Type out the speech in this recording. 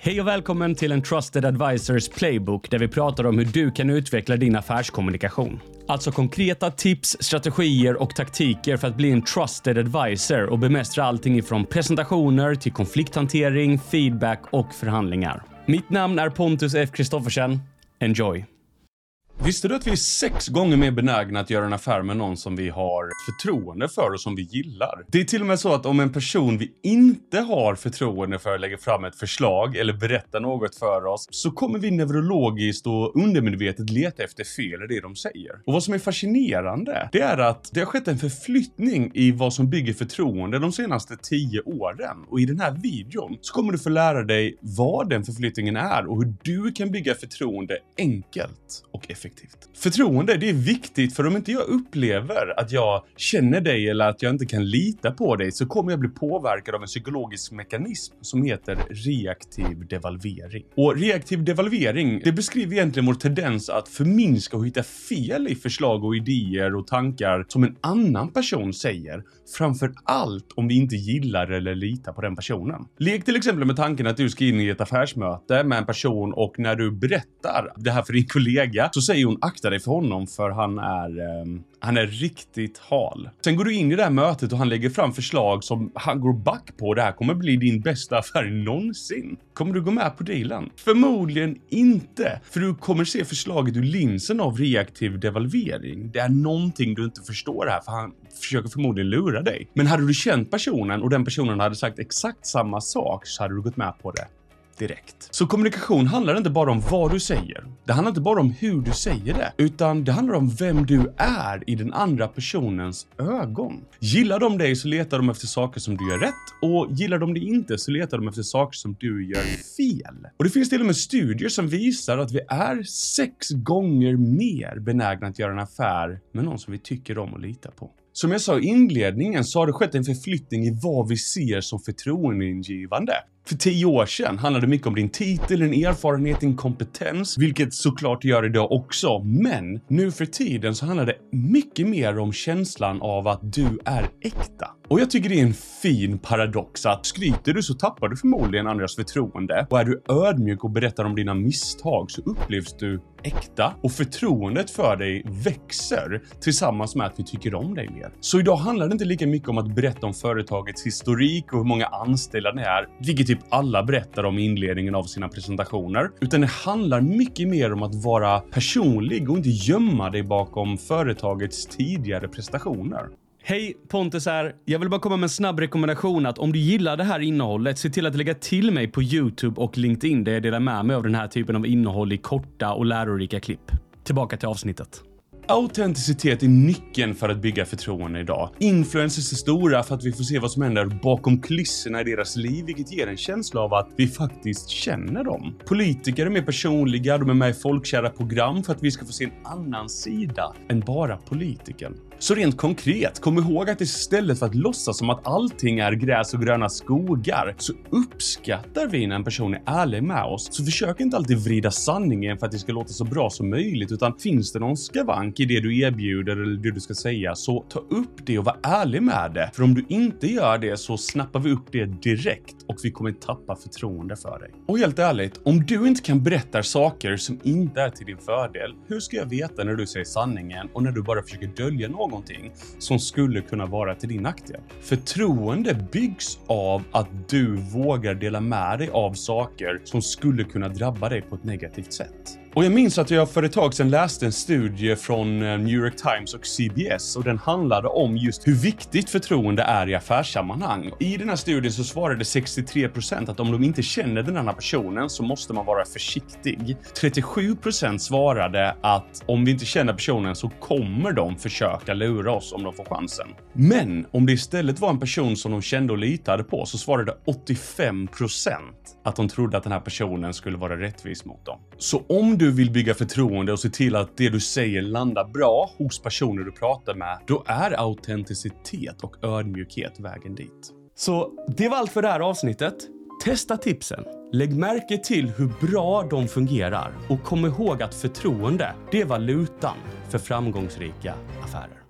Hej och välkommen till en Trusted Advisors Playbook där vi pratar om hur du kan utveckla din affärskommunikation. Alltså konkreta tips, strategier och taktiker för att bli en Trusted Advisor och bemästra allting ifrån presentationer till konflikthantering, feedback och förhandlingar. Mitt namn är Pontus F. Kristoffersen. Enjoy! Visste du att vi är 6 gånger mer benägna att göra en affär med någon som vi har förtroende för och som vi gillar? Det är till och med så att om en person vi inte har förtroende för lägger fram ett förslag eller berättar något för oss, så kommer vi neurologiskt och undermedvetet leta efter fel i det de säger. Och vad som är fascinerande, det är att det har skett en förflyttning i vad som bygger förtroende de senaste 10 åren. Och i den här videon så kommer du få lära dig vad den förflyttningen är och hur du kan bygga förtroende enkelt och effektivt. Förtroende, det är viktigt, för om inte jag upplever att jag känner dig eller att jag inte kan lita på dig, så kommer jag bli påverkad av en psykologisk mekanism som heter reaktiv devalvering. Och reaktiv devalvering, det beskriver egentligen vår tendens att förminska och hitta fel i förslag och idéer och tankar som en annan person säger, framför allt om vi inte gillar eller litar på den personen. Lek till exempel med tanken att du ska in i ett affärsmöte med en person och när du berättar det här för din kollega så säger hon: akta dig för honom, för han är riktigt hal. Sen går du in i det här mötet och han lägger fram förslag som han går back på. Det här kommer bli din bästa affär någonsin. Kommer du gå med på dealen? Förmodligen inte. För du kommer se förslaget ur linsen av reaktiv devalvering. Det är någonting du inte förstår här, för han försöker förmodligen lura dig. Men hade du känt personen och den personen hade sagt exakt samma sak, så hade du gått med på det direkt. Så kommunikation handlar inte bara om vad du säger. Det handlar inte bara om hur du säger det, utan det handlar om vem du är i den andra personens ögon. Gillar de dig så letar de efter saker som du gör rätt, och gillar de dig inte så letar de efter saker som du gör fel. Och det finns till och med studier som visar att vi är 6 gånger mer benägna att göra en affär med någon som vi tycker om och litar på. Som jag sa i inledningen så har det skett en förflyttning i vad vi ser som förtroendeingivande. För 10 år sedan handlade det mycket om din titel, din erfarenhet, din kompetens, vilket såklart gör idag också. Men nu för tiden så handlar det mycket mer om känslan av att du är äkta. Och jag tycker det är en fin paradox att skryter du så tappar du förmodligen andras förtroende. Och är du ödmjuk och berättar om dina misstag så upplevs du äkta. Och förtroendet för dig växer tillsammans med att vi tycker om dig mer. Så idag handlar det inte lika mycket om att berätta om företagets historik och hur många anställda det är, vilket typ alla berättar om i inledningen av sina presentationer. Utan det handlar mycket mer om att vara personlig och inte gömma dig bakom företagets tidigare prestationer. Hej, Pontus här. Jag vill bara komma med en snabb rekommendation att om du gillar det här innehållet, se till att lägga till mig på YouTube och LinkedIn där jag delar med mig av den här typen av innehåll i korta och lärorika klipp. Tillbaka till avsnittet. Autenticitet är nyckeln för att bygga förtroende idag. Influencers är stora för att vi får se vad som händer bakom kulisserna i deras liv, vilket ger en känsla av att vi faktiskt känner dem. Politiker är mer personliga, de är med i folkkära program för att vi ska få se en annan sida än bara politikern. Så rent konkret, kom ihåg att istället för att låtsas som att allting är gräs och gröna skogar, så uppskattar vi när en person är ärlig med oss. Så försök inte alltid vrida sanningen för att det ska låta så bra som möjligt, utan finns det någon skavank i det du erbjuder eller det du ska säga, så ta upp det och var ärlig med det. För om du inte gör det så snappar vi upp det direkt och vi kommer tappa förtroende för dig. Och helt ärligt, om du inte kan berätta saker som inte är till din fördel, hur ska jag veta när du säger sanningen och när du bara försöker dölja någonting som skulle kunna vara till din nackdel? Förtroende byggs av att du vågar dela med dig av saker som skulle kunna drabba dig på ett negativt sätt. Och jag minns att jag för ett tag sedan läste en studie från New York Times och CBS, och den handlade om just hur viktigt förtroende är i affärssammanhang. I den här studien så svarade 63% att om de inte känner den här personen så måste man vara försiktig. 37% svarade att om vi inte känner personen så kommer de försöka lura oss om de får chansen. Men om det istället var en person som de kände och litade på, så svarade 85% att de trodde att den här personen skulle vara rättvis mot dem. Så om du vill bygga förtroende och se till att det du säger landar bra hos personer du pratar med, då är autenticitet och ödmjukhet vägen dit. Så det var allt för det här avsnittet. Testa tipsen. Lägg märke till hur bra de fungerar och kom ihåg att förtroende, det är valutan för framgångsrika affärer.